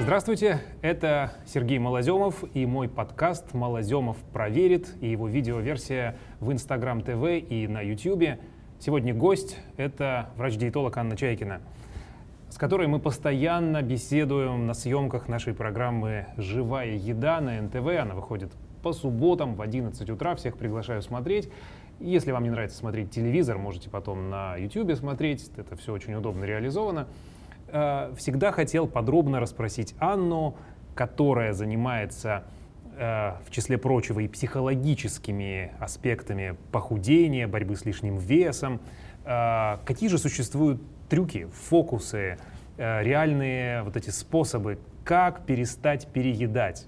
Здравствуйте, это Сергей Малоземов и мой подкаст «Малоземов проверит» и его видеоверсия в Instagram ТВ и на YouTube. Сегодня гость — это врач-диетолог Анна Чайкина, с которой мы постоянно беседуем на съемках нашей программы «Живая еда» на НТВ. Она выходит по субботам в 11 утра, всех приглашаю смотреть. Если вам не нравится смотреть телевизор, можете потом на YouTube смотреть, это все очень удобно реализовано. Всегда хотел подробно расспросить Анну, которая занимается, в числе прочего, и психологическими аспектами похудения, борьбы с лишним весом. Какие же существуют трюки, фокусы, реальные вот эти способы, как перестать переедать?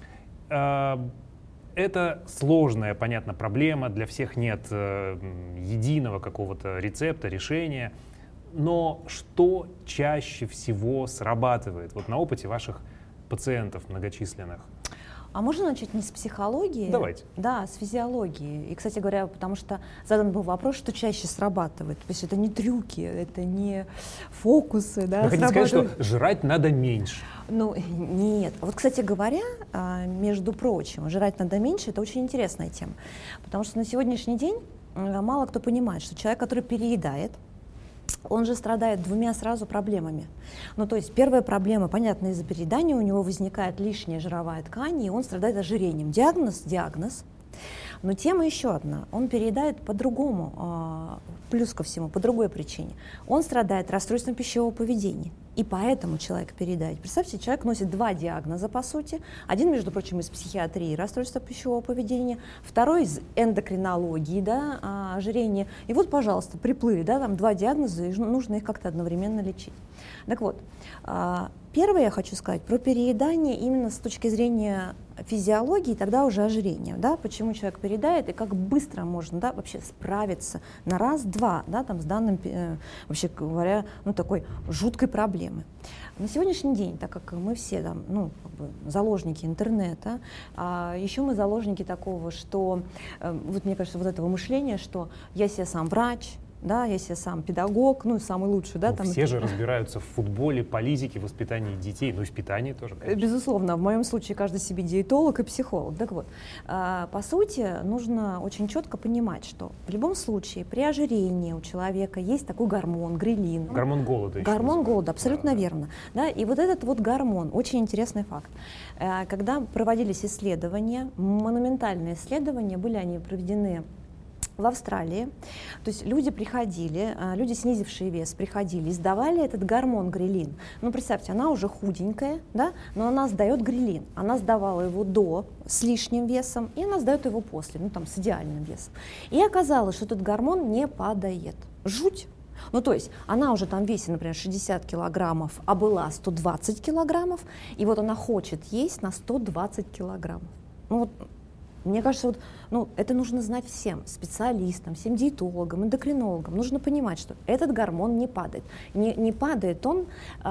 Это сложная, понятно, проблема, для всех нет единого какого-то рецепта, решения. Но что чаще всего срабатывает вот на опыте ваших пациентов многочисленных? А можно начать не с психологии? Давайте. Да, с физиологии. И, кстати говоря, потому что задан был вопрос, что чаще срабатывает. То есть это не трюки, это не фокусы. Да, вы хотите сказать, что жрать надо меньше? Ну, нет. Вот, кстати говоря, между прочим, жрать надо меньше — это очень интересная тема. Потому что на сегодняшний день мало кто понимает, что человек, который переедает, он же страдает двумя сразу проблемами. Ну, то есть первая проблема, понятно, из-за переедания у него возникает лишняя жировая ткань, и он страдает ожирением. Диагноз. Но тема еще одна. Он переедает по-другому, плюс ко всему, по другой причине. Он страдает расстройством пищевого поведения. И поэтому человек переедает. Представьте, человек носит два диагноза, по сути. Один, между прочим, из психиатрии, расстройство пищевого поведения. Второй из эндокринологии, да, ожирение. И вот, пожалуйста, приплыли, да, там два диагноза, и нужно их как-то одновременно лечить. Так вот, первое я хочу сказать про переедание именно с точки зрения физиологии, тогда уже ожирения, да, почему человек переедает и как быстро можно, да, вообще справиться на раз-два, да, там, с данным, вообще говоря, ну, такой жуткой проблемой. На сегодняшний день, так как мы все там, ну, как бы заложники интернета, еще мы заложники такого, что, вот мне кажется, вот этого мышления, что я себе сам врач, да, я себе сам педагог, ну, самый лучший, да. Ну, там все же разбираются в футболе, политике, воспитании детей, ну и в питании тоже, конечно. Безусловно, в моем случае каждый себе диетолог и психолог. Так вот, по сути, нужно очень четко понимать, что в любом случае при ожирении у человека есть такой гормон, грелин. Гормон голода. Гормон голода, абсолютно верно. Да, и вот этот вот гормон, очень интересный факт. Когда проводились исследования, монументальные исследования, были они проведены в Австралии, то есть люди приходили, люди, снизившие вес, приходили, сдавали этот гормон грелин. Ну, представьте, она уже худенькая, да, но она сдает грелин. Она сдавала его до с лишним весом, и она сдает его после, ну, там, с идеальным весом. И оказалось, что этот гормон не падает. Жуть! Ну, то есть она уже там весит, например, 60 килограммов, а была 120 килограммов, и вот она хочет есть на 120 килограммов. Ну, вот, мне кажется, вот, ну, это нужно знать всем специалистам, всем диетологам, эндокринологам. Нужно понимать, что этот гормон не падает. Не падает он,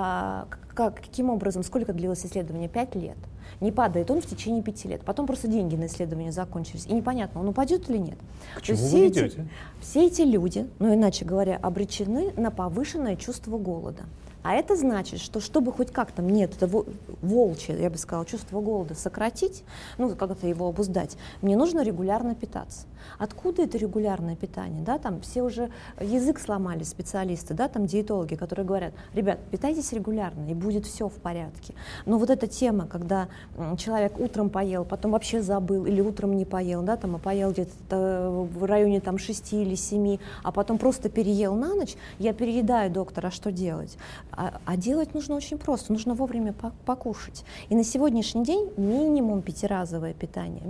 каким образом, сколько длилось исследование? 5 лет. Не падает он в течение 5 лет. Потом просто деньги на исследование закончились. И непонятно, он упадет или нет. К чему вы идете? Все эти люди, ну, иначе говоря, обречены на повышенное чувство голода. А это значит, что чтобы хоть как-то мне это волчье, я бы сказала, чувство голода сократить, ну, как-то его обуздать, мне нужно регулярно питаться. Откуда это регулярное питание? Да, там все уже язык сломали специалисты, да, там диетологи, которые говорят: ребят, питайтесь регулярно, и будет все в порядке. Но вот эта тема, когда человек утром поел, потом вообще забыл, или утром не поел, да, там, а поел где-то в районе там, 6 или 7, а потом просто переел на ночь, я переедаю, доктор, а что делать? А делать нужно очень просто, нужно вовремя покушать. И на сегодняшний день минимум пятиразовое питание,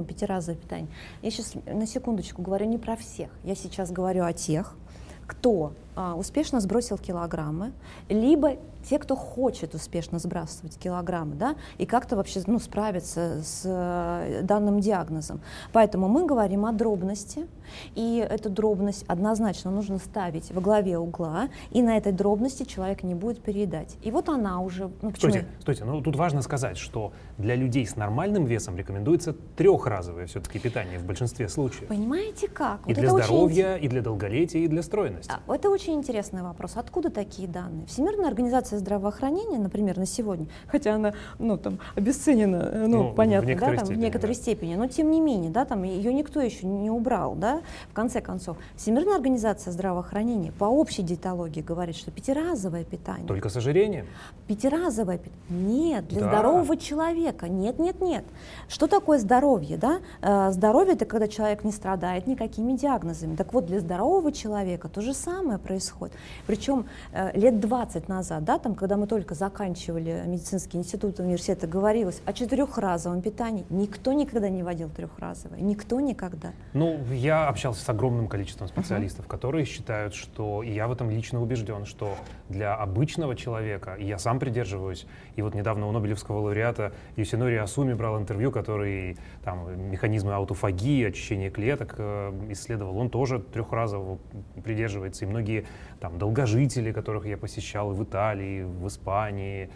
Я сейчас на секундочку говорю не про всех, я сейчас говорю о тех, кто успешно сбросил килограммы, либо те, кто хочет успешно сбрасывать килограммы, да, и как-то вообще, ну, справиться с данным диагнозом. Поэтому мы говорим о дробности, и эту дробность однозначно нужно ставить во главе угла, и на этой дробности человек не будет переедать. И вот она уже... Ну, Стойте, ну тут важно сказать, что для людей с нормальным весом рекомендуется трехразовое все-таки питание в большинстве случаев. Понимаете как? И вот для здоровья, и для долголетия, и для стройности. Это очень очень интересный вопрос. Откуда такие данные? Всемирная организация здравоохранения, например, на сегодня, хотя она обесценена, понятно, в некоторой степени, но тем не менее, ее никто еще не убрал. В конце концов, Всемирная организация здравоохранения по общей диетологии говорит, что пятиразовое питание. Только с ожирением? Пятиразовое питание. Нет, для здорового человека. Нет. Что такое здоровье? Здоровье — это когда человек не страдает никакими диагнозами. Так вот, для здорового человека то же самое происходит. Причем лет 20 назад, когда мы только заканчивали медицинский институт университета, говорилось о 4-разовом питании. Никто никогда не вводил 3-разовое. Никто никогда. Я общался с огромным количеством специалистов, которые считают, что, и я в этом лично убежден, что для обычного человека, и я сам придерживаюсь, и вот недавно у Нобелевского лауреата Юсинори Асуми брал интервью, который механизмы аутофагии, очищения клеток исследовал, он тоже 3-разового придерживается, и многие долгожители, которых я посещал и в Италии, в Испании,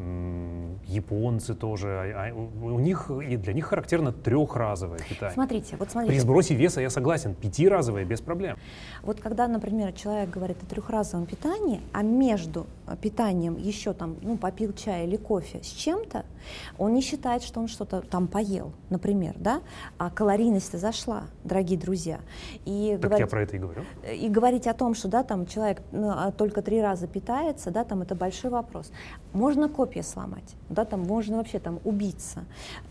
японцы тоже, у них и для них характерно 3-разовое питание. Смотрите. При сбросе веса я согласен, 5-разовое без проблем. Вот когда, например, человек говорит о 3-разовом питании, а между питанием еще попил чай или кофе с чем-то, он не считает, что он что-то поел, например, а калорийность зашла, дорогие друзья. Я про это и говорю. И говорить о том, что человек только 3 раза питается, это большой вопрос. Можно копья сломать, можно вообще убиться,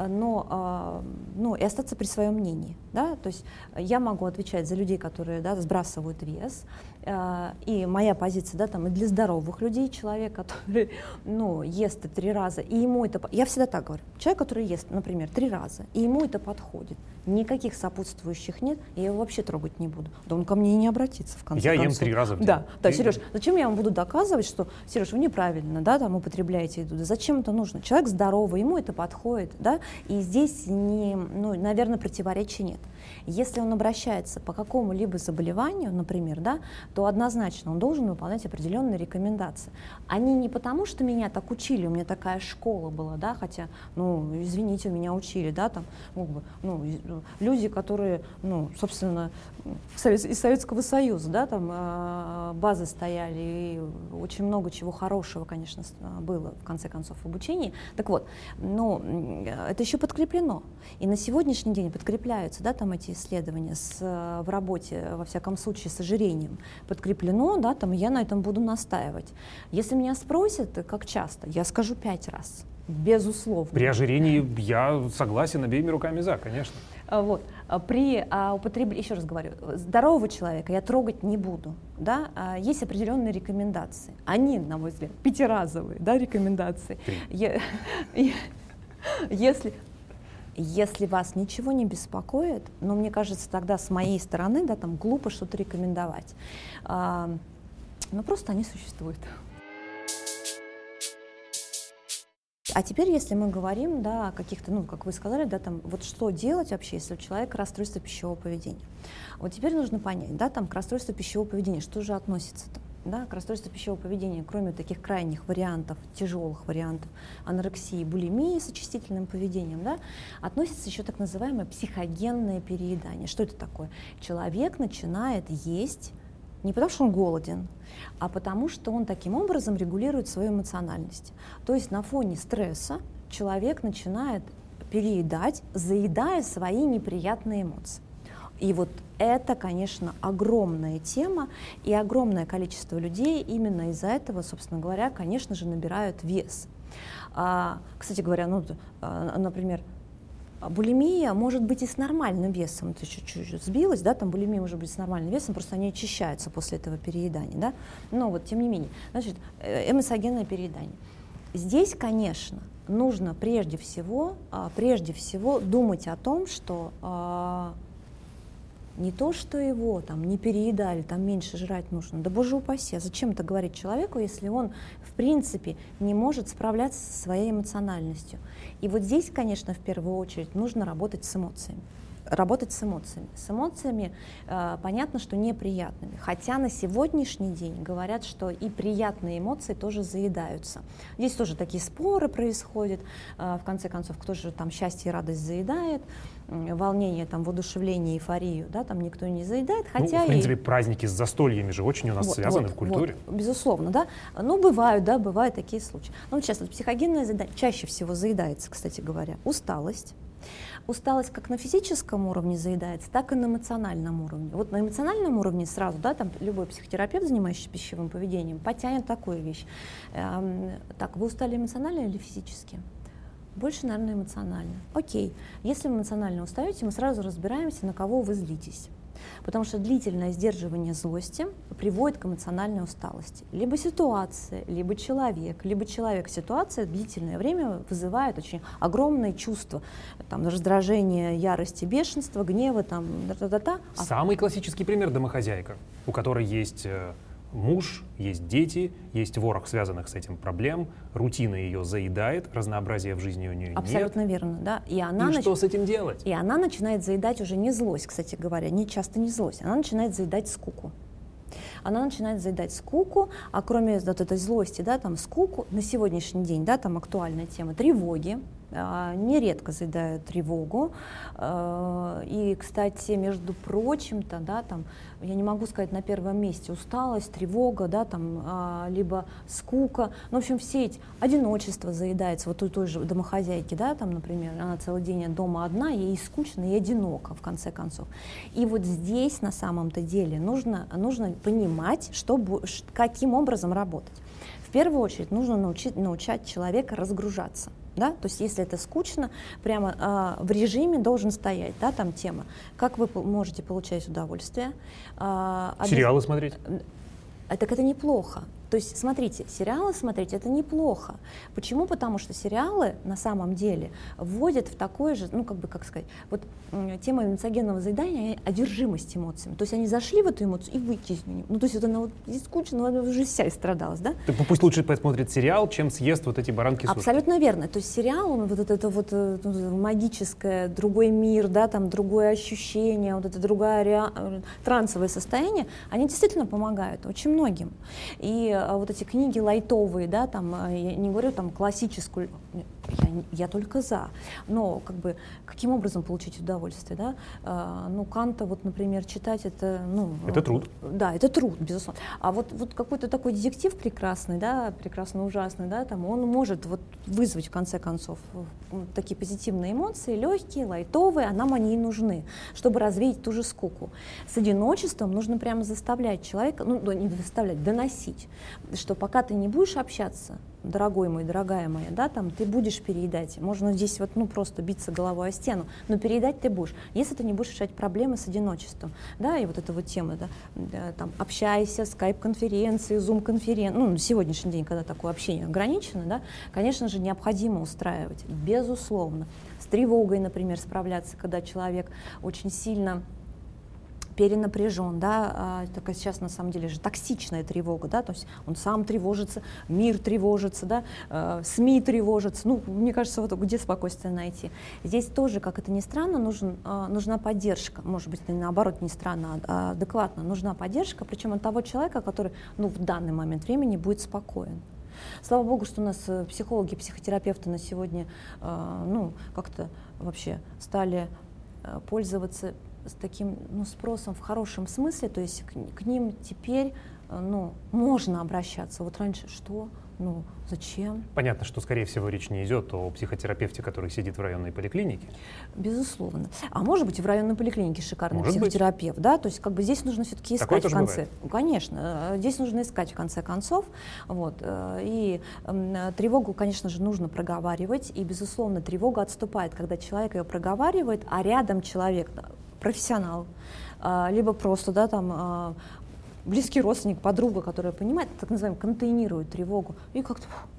но и остаться при своем мнении. То есть я могу отвечать за людей, которые сбрасывают вес, и моя позиция, и для здоровых людей, человек, который ест 3 раза, и ему это... Я всегда так говорю. Человек, который ест, например, 3 раза, и ему это подходит, никаких сопутствующих нет, я его вообще трогать не буду. Да он ко мне и не обратится, в конце концов. Я ем 3 раза в день. Да, Сереж, зачем я вам буду доказывать, что, Сереж, вы неправильно, употребляете еду? Да зачем это нужно? Человек здоровый, ему это подходит, и здесь, наверное, противоречия нет. Если он обращается по какому-либо заболеванию, например, то однозначно он должен выполнять определенные рекомендации. Они не потому, что меня так учили, у меня такая школа была, хотя, извините, меня учили, люди, которые, собственно, из Советского Союза, базы стояли, и очень много чего хорошего, конечно, было, в конце концов, в обучении. Так вот, это еще подкреплено. И на сегодняшний день подкрепляются, эти исследования в работе, во всяком случае, с ожирением. Подкреплено, и я на этом буду настаивать. Если меня спросят, как часто, я скажу 5 раз. Безусловно. При ожирении я согласен, обеими руками за, конечно. При употреблении, еще раз говорю, здорового человека я трогать не буду. Есть определенные рекомендации. Они, на мой взгляд, 5-разовые рекомендации. Если вас ничего не беспокоит, но мне кажется, тогда с моей стороны, глупо что-то рекомендовать. Просто они существуют. А теперь, если мы говорим, о каких-то, как вы сказали, что делать вообще, если у человека расстройство пищевого поведения. Вот теперь нужно понять, к расстройству пищевого поведения, что же относится-то? К расстройству пищевого поведения, кроме таких крайних вариантов, тяжелых вариантов анорексии, булимии с очистительным поведением, относится еще так называемое психогенное переедание. Что это такое? Человек начинает есть не потому, что он голоден, а потому, что он таким образом регулирует свою эмоциональность. То есть на фоне стресса человек начинает переедать, заедая свои неприятные эмоции. И вот это, конечно, огромная тема, и огромное количество людей именно из-за этого, собственно говоря, конечно же, набирают вес. Кстати говоря, например, булимия может быть и с нормальным весом. Ты чуть-чуть сбилась, булимия может быть с нормальным весом, просто они очищаются после этого переедания, Но тем не менее, значит, эмоциогенное переедание. Здесь, конечно, нужно прежде всего думать о том, что не то, что его не переедали, меньше жрать нужно. Да боже упаси, а зачем это говорить человеку, если он, в принципе, не может справляться со своей эмоциональностью? И вот здесь, конечно, в первую очередь нужно работать с эмоциями. работать с эмоциями. С эмоциями понятно, что неприятными. Хотя на сегодняшний день говорят, что и приятные эмоции тоже заедаются. Здесь тоже такие споры происходят. В конце концов, кто же там счастье и радость заедает, волнение, там, воодушевление, эйфорию, да, там никто не заедает. Хотя в принципе, праздники с застольями же очень у нас связаны в культуре. Безусловно, да. Ну, бывают такие случаи. Ну, вот сейчас психогенное заедание чаще всего заедается, кстати говоря, усталость. Усталость как на физическом уровне заедается, так и на эмоциональном уровне. Вот на эмоциональном уровне сразу, да, там любой психотерапевт, занимающийся пищевым поведением, потянет такую вещь. Так, вы устали эмоционально или физически? Больше, наверное, эмоционально. Окей, если вы эмоционально устаете, мы сразу разбираемся, на кого вы злитесь. Потому что длительное сдерживание злости приводит к эмоциональной усталости. Либо ситуация, либо человек. Ситуация длительное время вызывает очень огромные чувства. Там, раздражение, ярости, бешенства, гнева. Там, Самый классический пример — домохозяйка, у которой есть муж, есть дети, есть ворох связанных с этим проблем, рутина ее заедает, разнообразия в жизни у нее нет. Абсолютно верно, да. И что с этим делать? И она начинает заедать уже не злость, кстати говоря, не часто не злость, она начинает заедать скуку. А кроме вот этой злости, да, там, скуку, на сегодняшний день, да, там актуальная тема тревоги, нередко заедают тревогу. И, кстати, между прочим-то, да, там, я не могу сказать на первом месте усталость, тревога, да, там, либо скука. Ну, в общем, все эти одиночество заедается. Вот у той же домохозяйки, да, там, например, она целый день дома одна, ей скучно и одиноко, в конце концов. И вот здесь, на самом-то деле, нужно понимать, каким образом работать. В первую очередь нужно научать человека разгружаться. Да? То есть если это скучно, прямо в режиме должен стоять, да, там тема, как вы можете получать удовольствие. Сериалы смотреть? Так это неплохо. То есть, смотрите, сериалы смотреть — это неплохо. Почему? Потому что сериалы на самом деле вводят в такое же, ну, как бы, как сказать, вот тема эмоциогенного заедания — одержимость эмоциями. То есть они зашли в эту эмоцию и выйти из нее. Ну, то есть вот она вот скучно, она уже вся истрадалась, да? Так пусть лучше посмотрит сериал, чем съест вот эти баранки сушки. Абсолютно верно. То есть сериал, он вот это вот магическое, другой мир, да, там другое ощущение, вот это другое трансовое состояние, они действительно помогают очень многим. И вот эти книги лайтовые, да, там, я не говорю там классическую, я только за, но как бы каким образом получить удовольствие, да? Ну, Канта, вот, например, читать это, ну... Это труд. Да, это труд, безусловно. А вот какой-то такой детектив прекрасный, да, прекрасно ужасный, да, там, он может вот вызвать, в конце концов, такие позитивные эмоции, легкие, лайтовые, а нам они и нужны, чтобы развеять ту же скуку. С одиночеством нужно прямо заставлять человека, ну, не заставлять, доносить, что пока ты не будешь общаться, дорогой мой, дорогая моя, да, там, ты будешь переедать. Можно здесь вот, ну, просто биться головой о стену, но переедать ты будешь, если ты не будешь решать проблемы с одиночеством, да, и вот эта вот тема, да, там, общайся, скайп-конференции, зум-конференции, ну, на сегодняшний день, когда такое общение ограничено, да, конечно же, необходимо устраивать, безусловно. С тревогой, например, справляться, когда человек очень сильно перенапряжен, да, такая сейчас на самом деле же токсичная тревога, да, то есть он сам тревожится, мир тревожится, да, СМИ тревожатся, ну, мне кажется, вот где спокойствие найти. Здесь тоже, как это ни странно, нужна поддержка, может быть, наоборот, не странно, а адекватно, нужна поддержка, причем от того человека, который, ну, в данный момент времени будет спокоен. Слава богу, что у нас психологи, психотерапевты на сегодня, ну, как-то вообще стали пользоваться с таким, ну, спросом в хорошем смысле, то есть к ним теперь, ну, можно обращаться. Вот раньше что? Ну, зачем? Понятно, что, скорее всего, речь не идет о психотерапевте, который сидит в районной поликлинике. Безусловно. А может быть, и в районной поликлинике шикарный может психотерапевт, быть. Да? То есть как бы здесь нужно все-таки искать такое в конце. Бывает. Конечно, здесь нужно искать в конце концов. Вот. И тревогу, конечно же, нужно проговаривать. И, безусловно, тревога отступает, когда человек ее проговаривает, а рядом человек, профессионал, либо просто, да, там, близкий родственник, подруга, которая понимает, так называемый, контейнирует тревогу, и как-то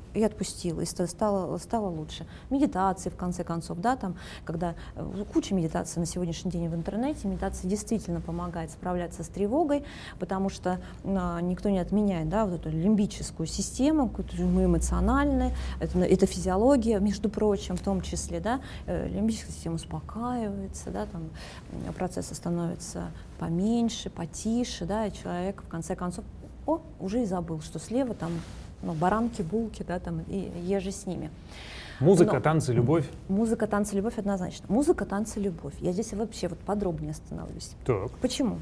и отпустила, и стало лучше. Медитации, в конце концов, да, там, когда куча медитаций на сегодняшний день в интернете, медитация действительно помогает справляться с тревогой, потому что никто не отменяет, да, вот эту лимбическую систему, мы эмоциональны, это физиология, между прочим, в том числе, да, лимбическая система успокаивается, да, там, процессы становятся поменьше, потише, да, и человек, в конце концов, уже и забыл, что слева там баранки, булки, да, там, и еже с ними. Музыка, танцы, любовь? Музыка, танцы, любовь однозначно. Музыка, танцы, любовь. Я здесь вообще вот подробнее остановлюсь. Так. Почему?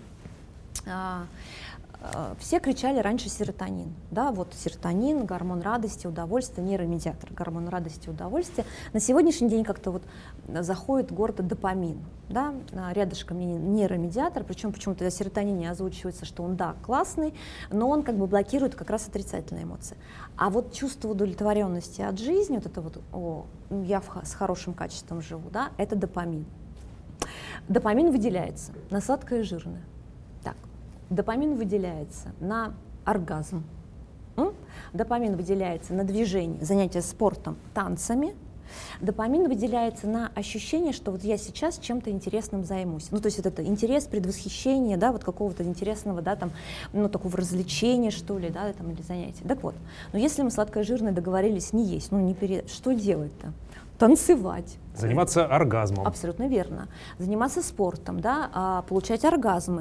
Все кричали раньше серотонин. Да, вот серотонин, гормон радости, удовольствия, нейромедиатор, гормон радости, удовольствия. На сегодняшний день как-то вот заходит гордо допамин. Да, рядышком нейромедиатор, причем почему-то о серотонине озвучивается, что он, да, классный, но он как бы блокирует как раз отрицательные эмоции. А вот чувство удовлетворенности от жизни, вот это вот, я с хорошим качеством живу, да, это допамин. Допамин выделяется на сладкое и жирное. Так, допамин выделяется на оргазм. Допамин выделяется на движение, занятия спортом, танцами. Допамин выделяется на ощущение, что вот я сейчас чем-то интересным займусь. Ну, то есть вот это интерес, предвосхищение, да, вот какого-то интересного, да, там, ну, такого развлечения, что ли, да, там, или занятия. Так вот, но если мы сладкое жирное договорились не есть, что делать-то? Танцевать. Заниматься оргазмом. Абсолютно верно. Заниматься спортом, да, получать оргазмы.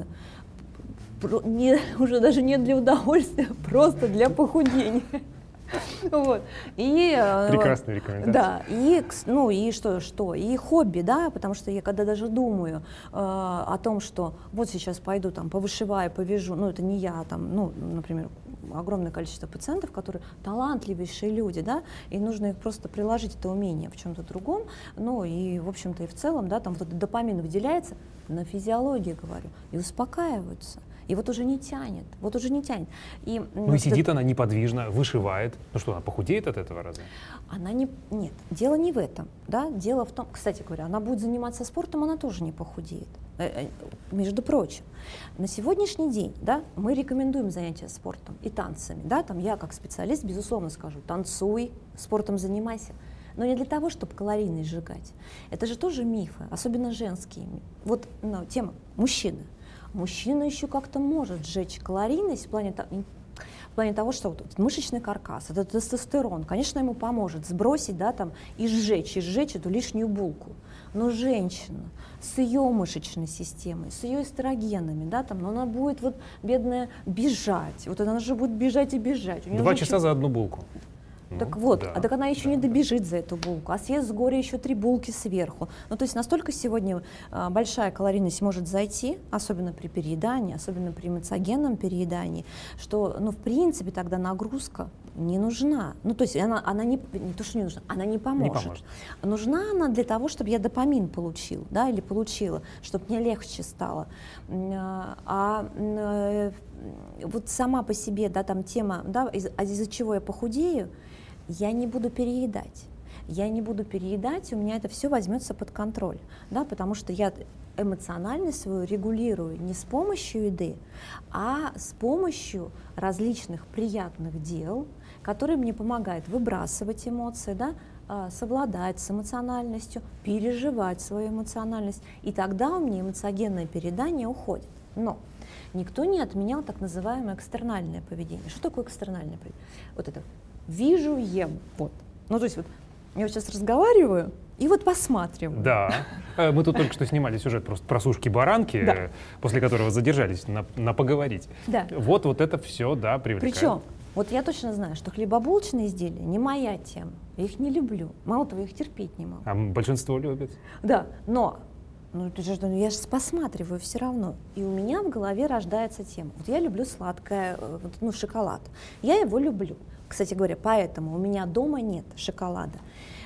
Уже даже не для удовольствия, просто для похудения. Вот. Прекрасная рекомендация. Да, и что? И хобби, да, потому что я когда даже думаю о том, что вот сейчас пойду там повышиваю, повяжу, ну это не я, там, ну, например, огромное количество пациентов, которые талантливейшие люди, да, и нужно их просто приложить это умение в чем-то другом, ну и в общем-то и в целом, да, там вот этот допамин выделяется, на физиологии говорю, и успокаиваются. И вот уже не тянет, И, и сидит она неподвижно, вышивает. Ну что, она похудеет от этого разве? Нет, дело не в этом. Да? Дело в том, кстати говоря, она будет заниматься спортом, она тоже не похудеет. Между прочим, на сегодняшний день, да, мы рекомендуем занятия спортом и танцами. Да? Там я как специалист, безусловно, скажу, танцуй, спортом занимайся. Но не для того, чтобы калорийность сжигать. Это же тоже мифы, особенно женские. Вот тема мужчины. Мужчина еще как-то может сжечь калорийность в плане того, что вот мышечный каркас, это тестостерон, конечно, ему поможет сбросить, да, там, и сжечь эту лишнюю булку. Но женщина с ее мышечной системой, с ее эстрогенами, да, там, но она будет, вот, бедная, бежать. Вот она же будет бежать и бежать. 2 часа за одну булку. Так вот, да, так она еще не добежит за эту булку, а съест с горя еще 3 булки сверху. Ну, то есть настолько сегодня большая калорийность может зайти, особенно при переедании, особенно при эмоциогенном переедании, что, ну, в принципе, тогда нагрузка не нужна. Ну, то есть она не то, что не нужна, она не поможет. Нужна она для того, чтобы я допамин получил, да, или получила, чтобы мне легче стало. Вот сама по себе, да, там тема, да, из-за чего я похудею, я не буду переедать. У меня это все возьмется под контроль, да, потому что я эмоциональность свою регулирую не с помощью еды, а с помощью различных приятных дел, которые мне помогают выбрасывать эмоции, да, совладать с эмоциональностью, переживать свою эмоциональность, и тогда у меня эмоциогенное переедание уходит. Но никто не отменял так называемое экстернальное поведение. Что такое экстернальное поведение? Вот это вижу, ем. Вот. Ну, то есть вот я вот сейчас разговариваю и вот посматриваю. Да. Мы тут только что снимали сюжет просто про сушки баранки, да, после которого задержались на поговорить. Да. Вот это все, да, привлекает. Причем, вот я точно знаю, что хлебобулочные изделия не моя тема. Я их не люблю. Мало того, я их терпеть не могу. А большинство любят. Да, но я же посматриваю все равно. И у меня в голове рождается тема. Вот я люблю сладкое, шоколад. Я его люблю. Кстати говоря, поэтому у меня дома нет шоколада.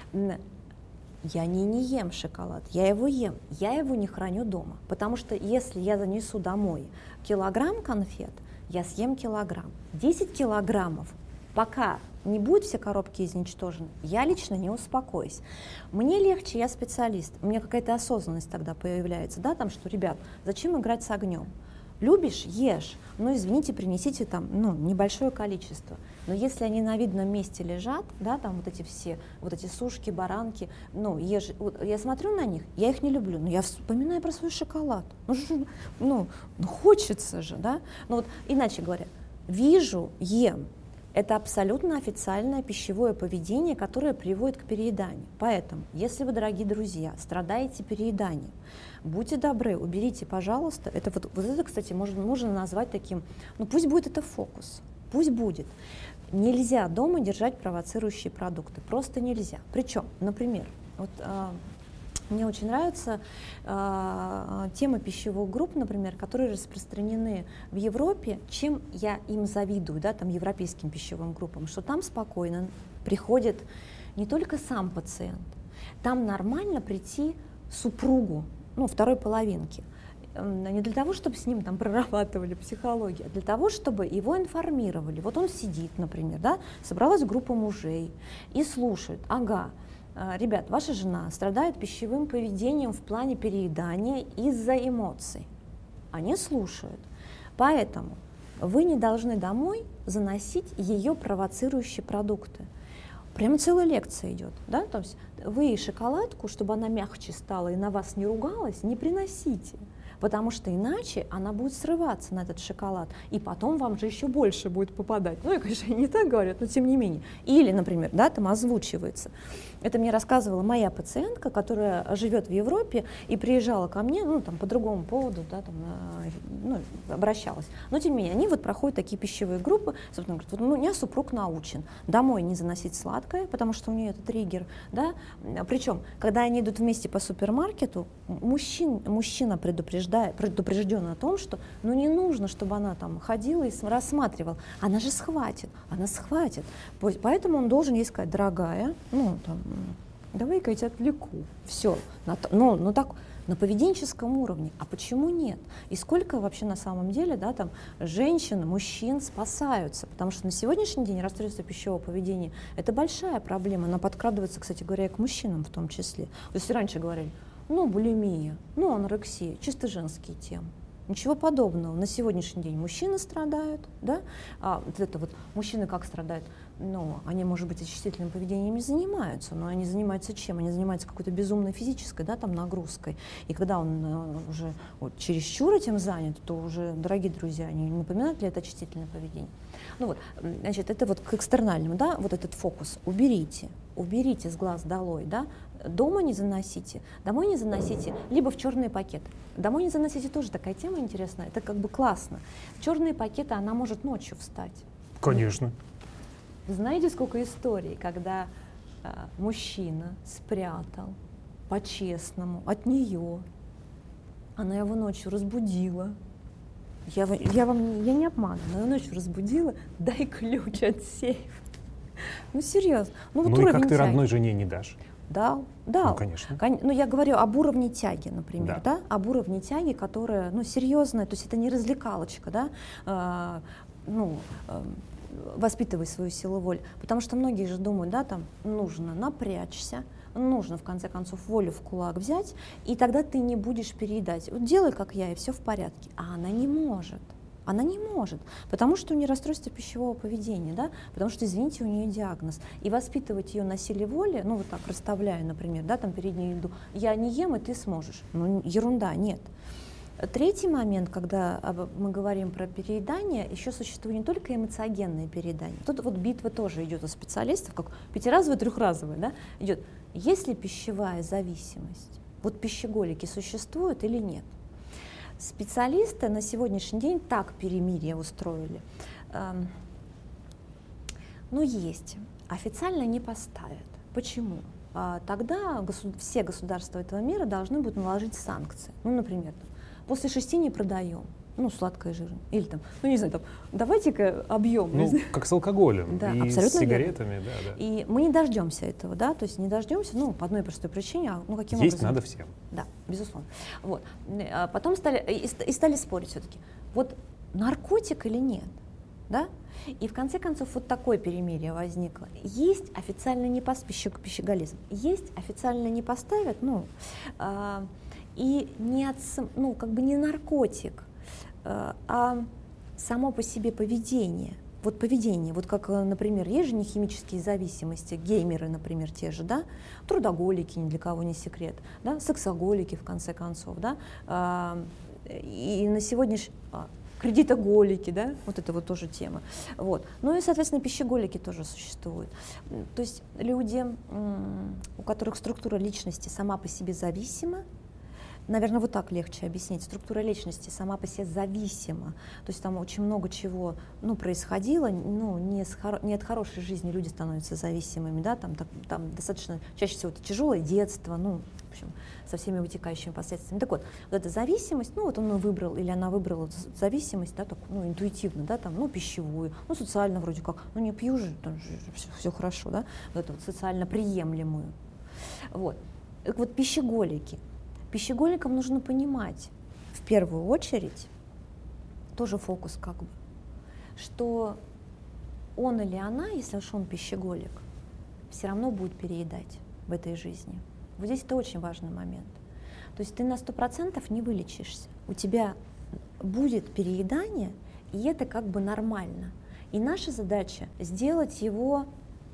Я не ем шоколад, я его ем. Я его не храню дома. Потому что если я занесу домой килограмм конфет, я съем килограмм. 10 килограммов, пока не будет все коробки изничтожены, я лично не успокоюсь. Мне легче, я специалист, у меня какая-то осознанность тогда появляется, да, там, что, ребят, зачем играть с огнем? Любишь — ешь. Ну, извините, принесите там, ну, небольшое количество. Но если они на видном месте лежат, да, там вот эти все, вот эти сушки, баранки, ну, вот я смотрю на них, я их не люблю, но я вспоминаю про свой шоколад. Ну, хочется же, да. Ну вот, иначе говоря, вижу, ем. Это абсолютно официальное пищевое поведение, которое приводит к перееданию. Поэтому, если вы, дорогие друзья, страдаете перееданием, будьте добры, уберите, пожалуйста. Это вот это, кстати, можно назвать таким, ну пусть будет это фокус, пусть будет. Нельзя дома держать провоцирующие продукты, просто нельзя. Причем, например, вот мне очень нравится тема пищевых групп, например, которые распространены в Европе, чем я им завидую, да, там, европейским пищевым группам, что там спокойно приходит не только сам пациент, там нормально прийти супругу, ну, второй половинки. Не для того, чтобы с ним там прорабатывали психологию, а для того, чтобы его информировали. Вот он сидит, например, да, собралась группа мужей и слушает, ага, ребят, ваша жена страдает пищевым поведением в плане переедания из-за эмоций. Они слушают. Поэтому вы не должны домой заносить ее провоцирующие продукты. Прямо целая лекция идет. Да? То есть вы ей шоколадку, чтобы она мягче стала и на вас не ругалась, не приносите. Потому что иначе она будет срываться на этот шоколад, и потом вам же еще больше будет попадать. Ну, и, конечно, не так говорят, но тем не менее. Или, например, да, там озвучивается. Это мне рассказывала моя пациентка, которая живет в Европе и приезжала ко мне, ну, там, по другому поводу, да, там, ну, обращалась. Но, тем не менее, они вот проходят такие пищевые группы, собственно, говорят, вот у меня супруг научен домой не заносить сладкое, потому что у нее это триггер, да. Причем, когда они идут вместе по супермаркету, мужчина предупрежден о том, что ну не нужно, чтобы она там ходила и рассматривала. Она же схватит, она схватит. Поэтому он должен ей сказать, дорогая, ну там, давай-ка я тебя отвлеку. Все. Ну так, на поведенческом уровне. А почему нет? И сколько вообще на самом деле, да, там, женщин, мужчин спасаются? Потому что на сегодняшний день расстройство пищевого поведения — это большая проблема. Она подкрадывается, кстати говоря, и к мужчинам в том числе. То есть раньше говорили, ну, булимия, ну, анорексия, чисто женские темы. Ничего подобного. На сегодняшний день мужчины страдают, да? Вот это вот мужчины как страдают? Ну, они, может быть, очистительным поведением не занимаются, но они занимаются чем? Они занимаются какой-то безумной физической, да, там, нагрузкой. И когда он уже вот, чересчур этим занят, то уже, дорогие друзья, не напоминает ли это очистительное поведение? Ну вот, значит, это вот к экстернальному, да, вот этот фокус уберите с глаз долой, да, дома не заносите, домой не заносите, либо в черные пакеты. Домой не заносите тоже такая тема интересная, это как бы классно. В черные пакеты она может ночью встать. Конечно. Вы знаете, сколько историй, когда мужчина спрятал по-честному от нее, она его ночью разбудила. Я не обманываю, она его ночью разбудила, дай ключ от сейфа. Ну, серьезно. Ну, вот и как ты родной жене не дашь? Да. Ну, конечно. Ну, я говорю об уровне тяги, например, да? Об уровне тяги, которая, ну, серьезная, то есть это не развлекалочка, да, воспитывай свою силу воли. Потому что многие же думают, да, там, нужно напрячься, нужно, в конце концов, волю в кулак взять, и тогда ты не будешь переедать. Вот делай, как я, и все в порядке. А она не может. Она не может, потому что у нее расстройство пищевого поведения, да, потому что, извините, у нее диагноз. И воспитывать ее на силе воли, ну вот так расставляя, например, да, там перед ней еду, я не ем, и ты сможешь. Ну, ерунда, нет. Третий момент, когда мы говорим про переедание, еще существует не только эмоциогенное переедание. Тут вот битва тоже идет у специалистов, как пятиразовая, трехразовая, да, идет. Есть ли пищевая зависимость? Вот пищеголики существуют или нет? Специалисты на сегодняшний день так перемирие устроили. Но есть. Официально не поставят. Почему? Тогда все государства этого мира должны будут наложить санкции. Ну, например, после 6 не продаем. Ну, сладкое жирное. Или там, ну, не знаю, там, давайте-ка объем. Ну, как с алкоголем да, и с сигаретами. Да. И мы не дождемся этого, да, то есть не дождемся, ну, по одной простой причине, ну, каким есть образом? Надо всем. Да, безусловно. Вот. Потом стали спорить все-таки, вот наркотик или нет, да? И в конце концов вот такое перемирие возникло. Есть официально не поставят, пищеголизм, есть официально не поставят, ну, и не, ну, как бы не наркотик, а само по себе поведение. Вот поведение, вот как, например, есть же нехимические зависимости, геймеры, например, те же, да, трудоголики, ни для кого не секрет, да, сексоголики, в конце концов, да, и на сегодняшний кредитоголики, да, вот это вот тоже тема. Вот. Ну и, соответственно, пищеголики тоже существуют. То есть люди, у которых структура личности сама по себе зависима, наверное, вот так легче объяснить. Структура личности сама по себе зависима. То есть там очень много чего происходило, не от хорошей жизни люди становятся зависимыми, да, там достаточно, чаще всего это тяжелое детство, в общем, со всеми вытекающими последствиями. Так вот эта зависимость, вот он выбрал или она выбрала зависимость, да, так, интуитивно, да, там, пищевую, социально вроде как, не пью же, там же все хорошо, да, вот эту вот социально приемлемую. Вот. Так вот, пищеголики. Пищеголикам нужно понимать, в первую очередь, тоже фокус что он или она, если уж он пищеголик, все равно будет переедать в этой жизни. Вот здесь это очень важный момент. То есть ты на 100% не вылечишься. У тебя будет переедание, и это нормально. И наша задача сделать его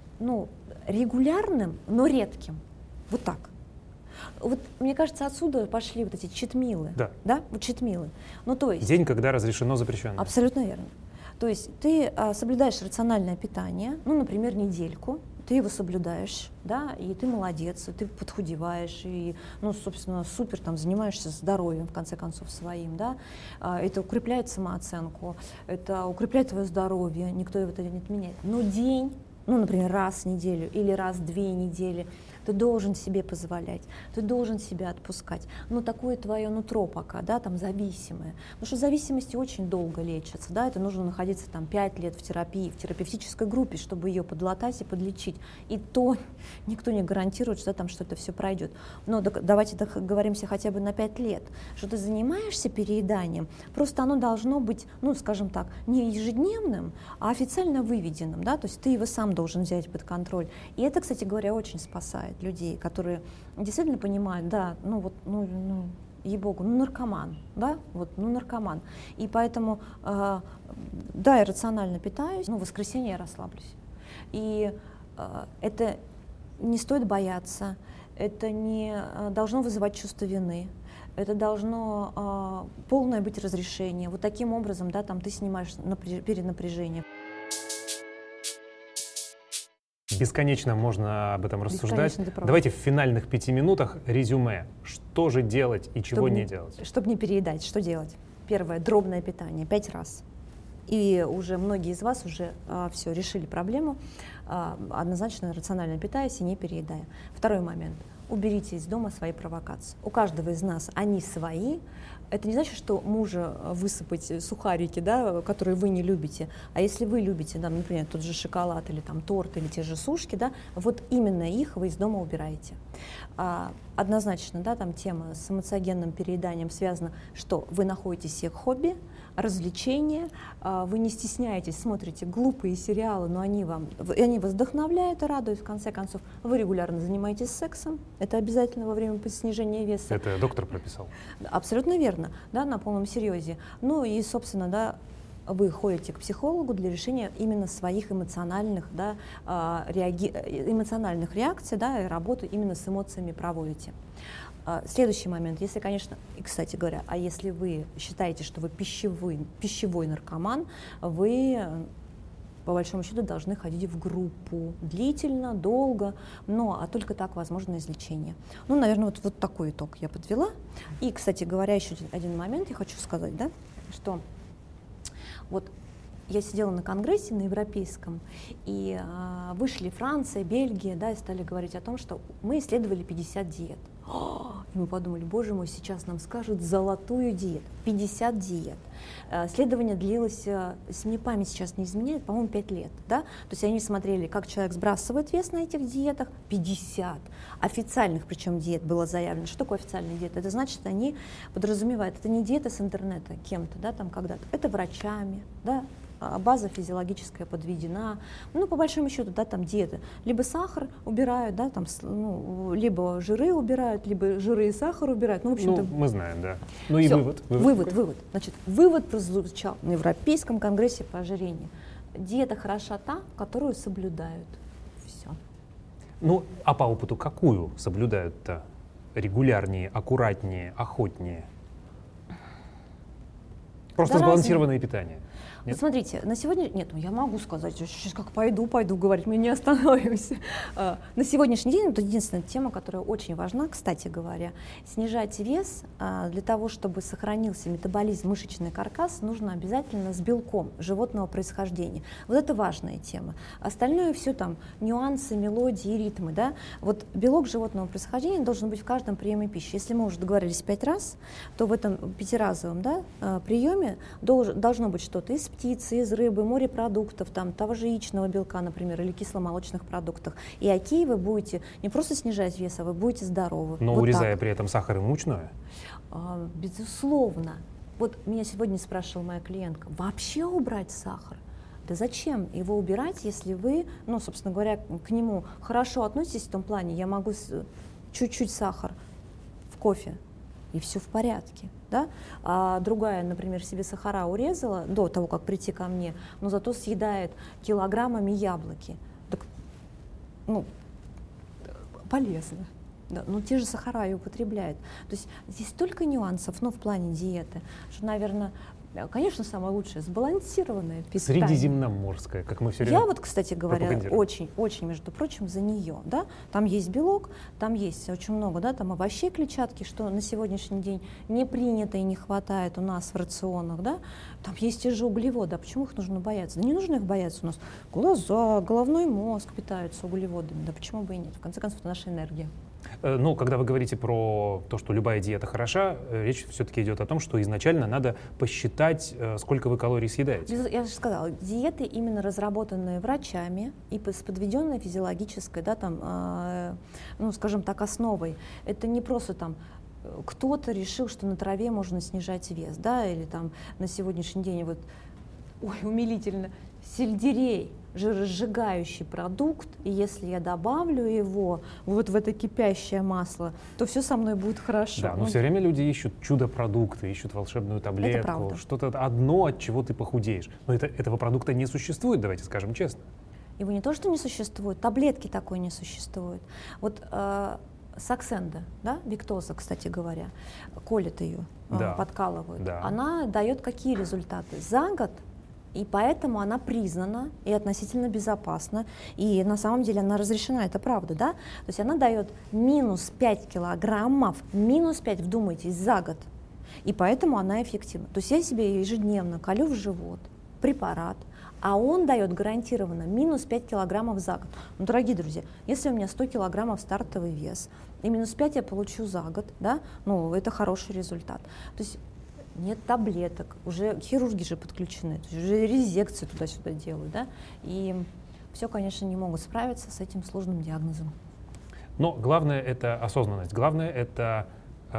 регулярным, но редким. Вот так. Вот, мне кажется, отсюда пошли вот эти читмилы. Да? Вот читмилы. То есть, день, когда разрешено запрещенное. Абсолютно верно. То есть ты соблюдаешь рациональное питание, например, недельку, ты его соблюдаешь, да, и ты молодец, и ты подхудеваешь, и, собственно, супер занимаешься здоровьем, в конце концов, своим, да. Это укрепляет самооценку, это укрепляет твое здоровье, никто это не отменяет. Но день, например, раз в неделю или раз в 2 недели, ты должен себе позволять, ты должен себя отпускать. Такое твое нутро пока, да, зависимое. Потому что зависимости очень долго лечатся, да, это нужно находиться 5 лет в терапии, в терапевтической группе, чтобы ее подлатать и подлечить. И то никто не гарантирует, что что это все пройдет. Но давайте договоримся хотя бы на 5 лет, что ты занимаешься перееданием, просто оно должно быть, скажем так, не ежедневным, а официально выведенным, да, то есть ты его сам должен взять под контроль. И это, кстати говоря, очень спасает людей, которые действительно понимают, да, ей-богу, наркоман, да, наркоман. И поэтому, да, я рационально питаюсь, в воскресенье я расслаблюсь. И это не стоит бояться, это не должно вызывать чувство вины, это должно полное быть разрешение. Вот таким образом, да, ты снимаешь перенапряжение. Бесконечно можно об этом рассуждать. Давайте в финальных 5 минутах резюме. Что же делать и чего не делать? Чтобы не переедать, что делать? Первое, дробное питание, 5 раз. И уже многие из вас уже все решили проблему, однозначно рационально питаясь и не переедая. Второй момент. Уберите из дома свои провокации. У каждого из нас они свои. Это не значит, что мужа высыпать сухарики, да, которые вы не любите. А если вы любите, да, например, тот же шоколад или торт или те же сушки, да, вот именно их вы из дома убираете. Однозначно, да, тема с эмоциогенным перееданием связана, что вы находите себе хобби, развлечения, вы не стесняетесь, смотрите глупые сериалы, но они вас вдохновляют и радуют, в конце концов. Вы регулярно занимаетесь сексом, это обязательно во время снижения веса. Это доктор прописал? Абсолютно верно, да, на полном серьезе. И, собственно, да, вы ходите к психологу для решения именно своих эмоциональных, да, эмоциональных реакций, да, и работу именно с эмоциями проводите. Следующий момент, если, конечно, и, кстати говоря, а если вы считаете, что вы пищевой наркоман, вы, по большому счету, должны ходить в группу длительно, долго, а только так возможно излечение. Наверное, вот такой итог я подвела. И, кстати говоря, еще один момент я хочу сказать, да, что я сидела на конгрессе на европейском, и вышли Франция, Бельгия, да, и стали говорить о том, что мы исследовали 50 диет. И мы подумали, боже мой, сейчас нам скажут золотую диету. 50 диет. Исследование длилось, если мне память сейчас не изменяет, по-моему, 5 лет. Да? То есть они смотрели, как человек сбрасывает вес на этих диетах. 50 официальных, причем диет было заявлено. Что такое официальная диета? Это значит, они подразумевают, это не диета с интернета кем-то, да, когда-то. Это врачами, да, база физиологическая подведена. Ну, по большому счету, да, там диета. Либо сахар убирают, да, там, либо жиры убирают, либо жиры и сахар убирают. Ну, в общем-то, мы знаем, да. Ну и всё. вывод. Вывод. Значит, вывод прозвучал на Европейском конгрессе по ожирению. Диета хороша та, которую соблюдают. Все. Ну, а по опыту какую соблюдают-то? Регулярнее, аккуратнее, охотнее? Просто Да сбалансированное питание. Вот смотрите, на сегодня... Нет, ну я могу сказать, сейчас как пойду говорить, мы не остановимся. На сегодняшний день это единственная тема, которая очень важна, кстати говоря. Снижать вес для того, чтобы сохранился метаболизм, мышечный каркас, нужно обязательно с белком животного происхождения. Вот это важная тема. Остальное все там нюансы, мелодии, ритмы. Да? Вот белок животного происхождения должен быть в каждом приеме пищи. Если мы уже договорились 5 раз, то в этом пятиразовом, да, приеме должно быть что-то из птицы, из рыбы, морепродуктов, там, того же яичного белка, например, или кисломолочных продуктов. И окей, вы будете не просто снижать вес, а вы будете здоровы. Но вот урезая так. при этом сахар и мучное? Безусловно. Вот меня сегодня спрашивала моя клиентка, вообще убрать сахар? Да зачем его убирать, если вы, ну, собственно говоря, к нему хорошо относитесь в том плане, я могу чуть-чуть сахар в кофе, и все в порядке. Да? А другая, например, себе сахара урезала до того, как прийти ко мне, но зато съедает килограммами яблоки. Так, ну, полезно. Да, но те же сахара и употребляет. То есть здесь столько нюансов, но в плане диеты, что, наверное, конечно, самое лучшее сбалансированное питание. Средиземноморское, как мы все время Я вот, кстати говоря, очень, между прочим, за нее. Да? Там есть белок, там есть очень много, да, там овощей, клетчатки, что на сегодняшний день не принято и не хватает у нас в рационах. Да? Там есть те же углеводы. А почему их нужно бояться? Да не нужно их бояться. У нас глаза, головной мозг питаются углеводами. Да почему бы и нет? В конце концов, это наша энергия. Ну, когда вы говорите про то, что любая диета хороша, речь все-таки идет о том, что изначально надо посчитать, сколько вы калорий съедаете. Я же сказала, диеты, именно разработанные врачами и с подведенной физиологической, да, там, ну, скажем так, основой. Это не просто там кто-то решил, что на траве можно снижать вес, да, или там на сегодняшний день вот, ой, умилительно, сельдерей, жиросжигающий продукт, и если я добавлю его вот в это кипящее масло, то все со мной будет хорошо. Да, но все время люди ищут чудо-продукты, ищут волшебную таблетку, что-то одно, от чего ты похудеешь. Но этого продукта не существует, давайте скажем честно. Его не то, что не существует, таблетки такой не существует. Вот Саксенда, да, Виктоза, кстати говоря, колят ее, да, подкалывают. Да. Она дает какие результаты? За год. И поэтому она признана и относительно безопасна. И на самом деле она разрешена, это правда, да? То есть она дает минус 5 килограммов, минус 5, вдумайтесь, за год. И поэтому она эффективна. То есть я себе ежедневно колю в живот препарат, а он дает гарантированно минус 5 килограммов за год. Ну, дорогие друзья, если у меня 100 килограммов стартовый вес, и минус 5 я получу за год, да, ну, это хороший результат. То есть нет таблеток, уже хирурги же подключены, то есть уже резекции туда-сюда делают, да, и все, конечно, не могут справиться с этим сложным диагнозом. Но главное — это осознанность, главное — это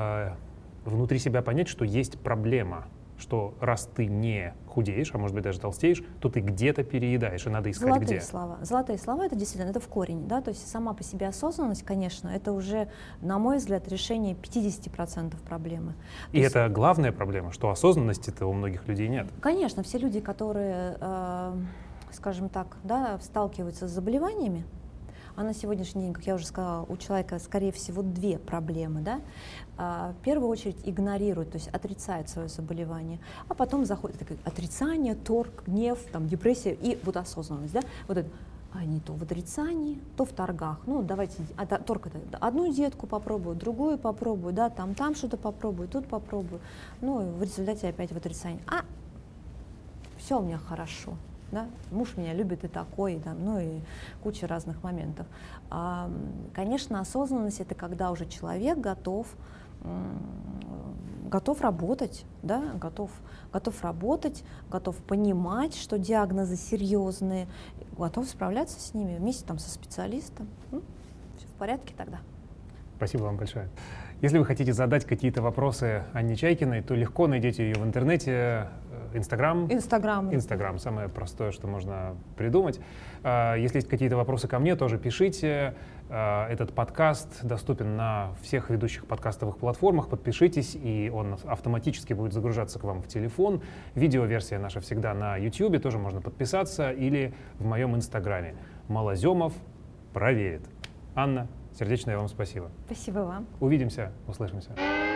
внутри себя понять, что есть проблема, что раз ты не худеешь, а может быть даже толстеешь, то ты где-то переедаешь, и надо искать где. Золотые слова — это действительно, это в корень, да, то есть сама по себе осознанность, конечно, это уже, на мой взгляд, решение 50% проблемы. И это главная проблема, что осознанности-то у многих людей нет. Конечно, все люди, которые, скажем так, да, сталкиваются с заболеваниями, а на сегодняшний день, как я уже сказала, у человека, скорее всего, 2 проблемы. Да? В первую очередь игнорирует, то есть отрицает свое заболевание, а потом заходит такое отрицание, торг, гнев, там, депрессия и вот осознанность. Да? Вот это, не то в отрицании, то в торгах. Ну, давайте, торг это одну диетку попробую, другую попробую, да, там что-то попробую, тут попробую. Ну, и в результате опять в отрицании. Все у меня хорошо. Да? Муж меня любит и такой, да, ну и куча разных моментов. Конечно, осознанность — это когда уже человек готов работать, да? готов работать, готов понимать, что диагнозы серьезные, готов справляться с ними вместе там, со специалистом. Все в порядке тогда. Спасибо вам большое. Если вы хотите задать какие-то вопросы Анне Чайкиной, то легко найдете ее в интернете. Инстаграм. Инстаграм. Самое простое, что можно придумать. Если есть какие-то вопросы ко мне, тоже пишите. Этот подкаст доступен на всех ведущих подкастовых платформах. Подпишитесь, и он автоматически будет загружаться к вам в телефон. Видеоверсия наша всегда на YouTube, тоже можно подписаться, или в моем Инстаграме. Малоземов проверит. Анна, сердечное вам спасибо. Спасибо вам. Увидимся, услышимся.